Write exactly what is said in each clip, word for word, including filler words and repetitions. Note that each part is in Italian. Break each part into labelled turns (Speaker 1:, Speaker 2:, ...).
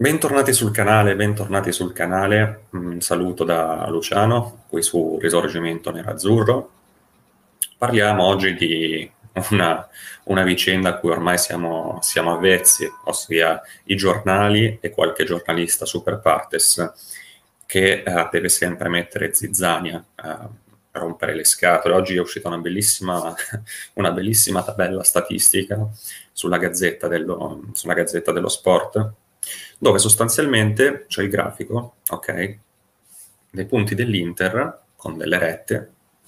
Speaker 1: Bentornati sul canale, bentornati sul canale. Un saluto da Luciano, qui su Risorgimento Nerazzurro. Parliamo oggi di una, una vicenda a cui ormai siamo, siamo avvezzi, ossia i giornali e qualche giornalista super partes che eh, deve sempre mettere zizzania, eh, rompere le scatole. Oggi è uscita una bellissima, una bellissima tabella statistica sulla Gazzetta dello, sulla Gazzetta dello Sport, dove sostanzialmente c'è il grafico, ok, dei punti dell'Inter con delle rette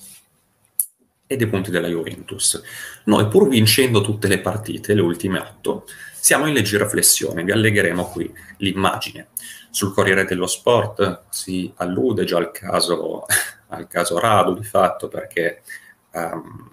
Speaker 1: e dei punti della Juventus. Noi, pur vincendo tutte le partite, le ultime otto, siamo in leggera flessione. Vi allegheremo qui l'immagine. Sul Corriere dello Sport si allude già al caso, al caso Radu, di fatto, perché um,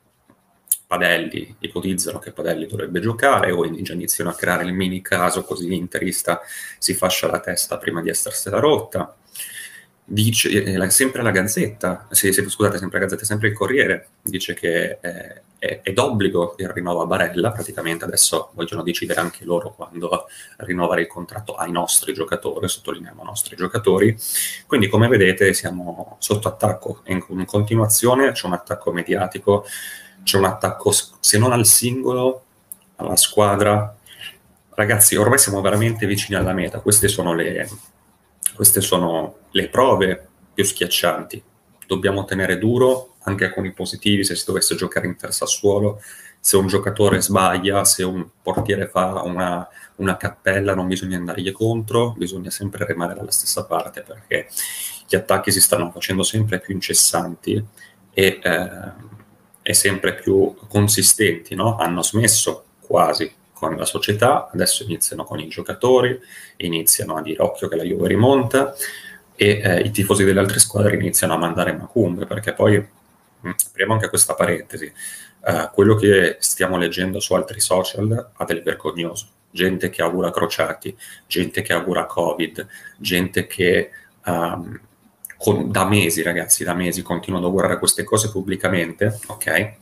Speaker 1: Padelli, ipotizzano che Padelli dovrebbe giocare, o già iniziano a creare il mini caso, così l'interista si fascia la testa prima di essersela rotta. Dice, eh, sempre la Gazzetta, sì, sì, scusate, sempre la Gazzetta, sempre il Corriere, dice che eh, è, è d'obbligo il rinnovo a Barella, praticamente adesso vogliono decidere anche loro quando rinnovare il contratto ai nostri giocatori, sottolineiamo nostri giocatori, quindi come vedete siamo sotto attacco, in, in continuazione c'è un attacco mediatico, c'è un attacco, se non al singolo, alla squadra. Ragazzi, ormai siamo veramente vicini alla meta, queste sono le... Queste sono le prove più schiaccianti. Dobbiamo tenere duro anche con i positivi se si dovesse giocare in terza Sassuolo. Se un giocatore sbaglia, se un portiere fa una, una cappella, non bisogna andargli contro, bisogna sempre remare dalla stessa parte, perché gli attacchi si stanno facendo sempre più incessanti e, eh, e sempre più consistenti, no? Hanno smesso quasi con la società, adesso iniziano con i giocatori, iniziano a dire occhio che la Juve rimonta, e eh, i tifosi delle altre squadre iniziano a mandare macumbe, perché poi, mh, apriamo anche questa parentesi, eh, quello che stiamo leggendo su altri social ha del vergognoso, gente che augura crociati, gente che augura Covid, gente che um, con, da mesi, ragazzi, da mesi continuano ad augurare queste cose pubblicamente, ok?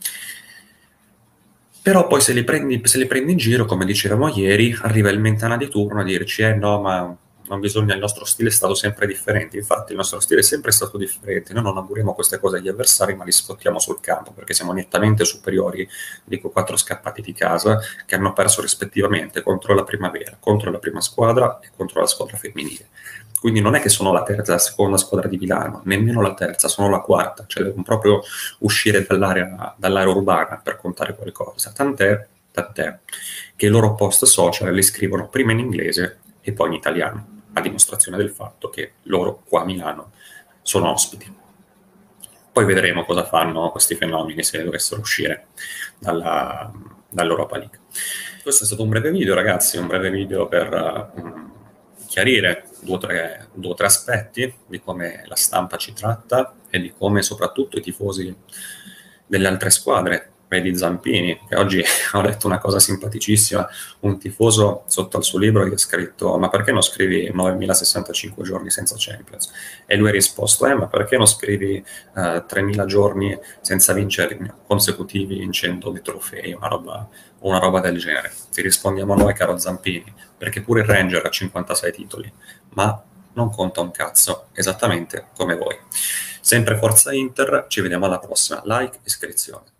Speaker 1: Però poi se li, prendi, se li prendi in giro, come dicevamo ieri, arriva il mentana di turno a dirci eh no, ma non bisogna, il nostro stile è stato sempre differente. Infatti il nostro stile è sempre stato differente, noi non auguriamo queste cose agli avversari, ma li scottiamo sul campo, perché siamo nettamente superiori di quei quattro scappati di casa che hanno perso rispettivamente contro la Primavera, contro la prima squadra e contro la squadra femminile. Quindi non è che sono la terza, la seconda squadra di Milano, nemmeno la terza, sono la quarta, cioè devono proprio uscire dall'area, dall'area urbana per contare qualcosa. Tant'è, tant'è che i loro post social li scrivono prima in inglese e poi in italiano, a dimostrazione del fatto che loro qua a Milano sono ospiti. Poi vedremo cosa fanno questi fenomeni se dovessero uscire dalla, dall'Europa League. Questo è stato un breve video, ragazzi, un breve video per um, chiarire due o, tre, due o tre aspetti di come la stampa ci tratta e di come soprattutto i tifosi delle altre squadre, vedi Zampini, che oggi ho letto una cosa simpaticissima, un tifoso sotto al suo libro gli ha scritto ma perché non scrivi novemilasessantacinque giorni senza Champions? E lui ha risposto eh ma perché non scrivi uh, tremila giorni senza vincere consecutivi vincendo dei trofei, una roba, una roba del genere. Ti rispondiamo noi, caro Zampini, perché pure il Ranger ha cinquantasei titoli, ma non conta un cazzo, esattamente come voi. Sempre Forza Inter, ci vediamo alla prossima, like, iscrizione.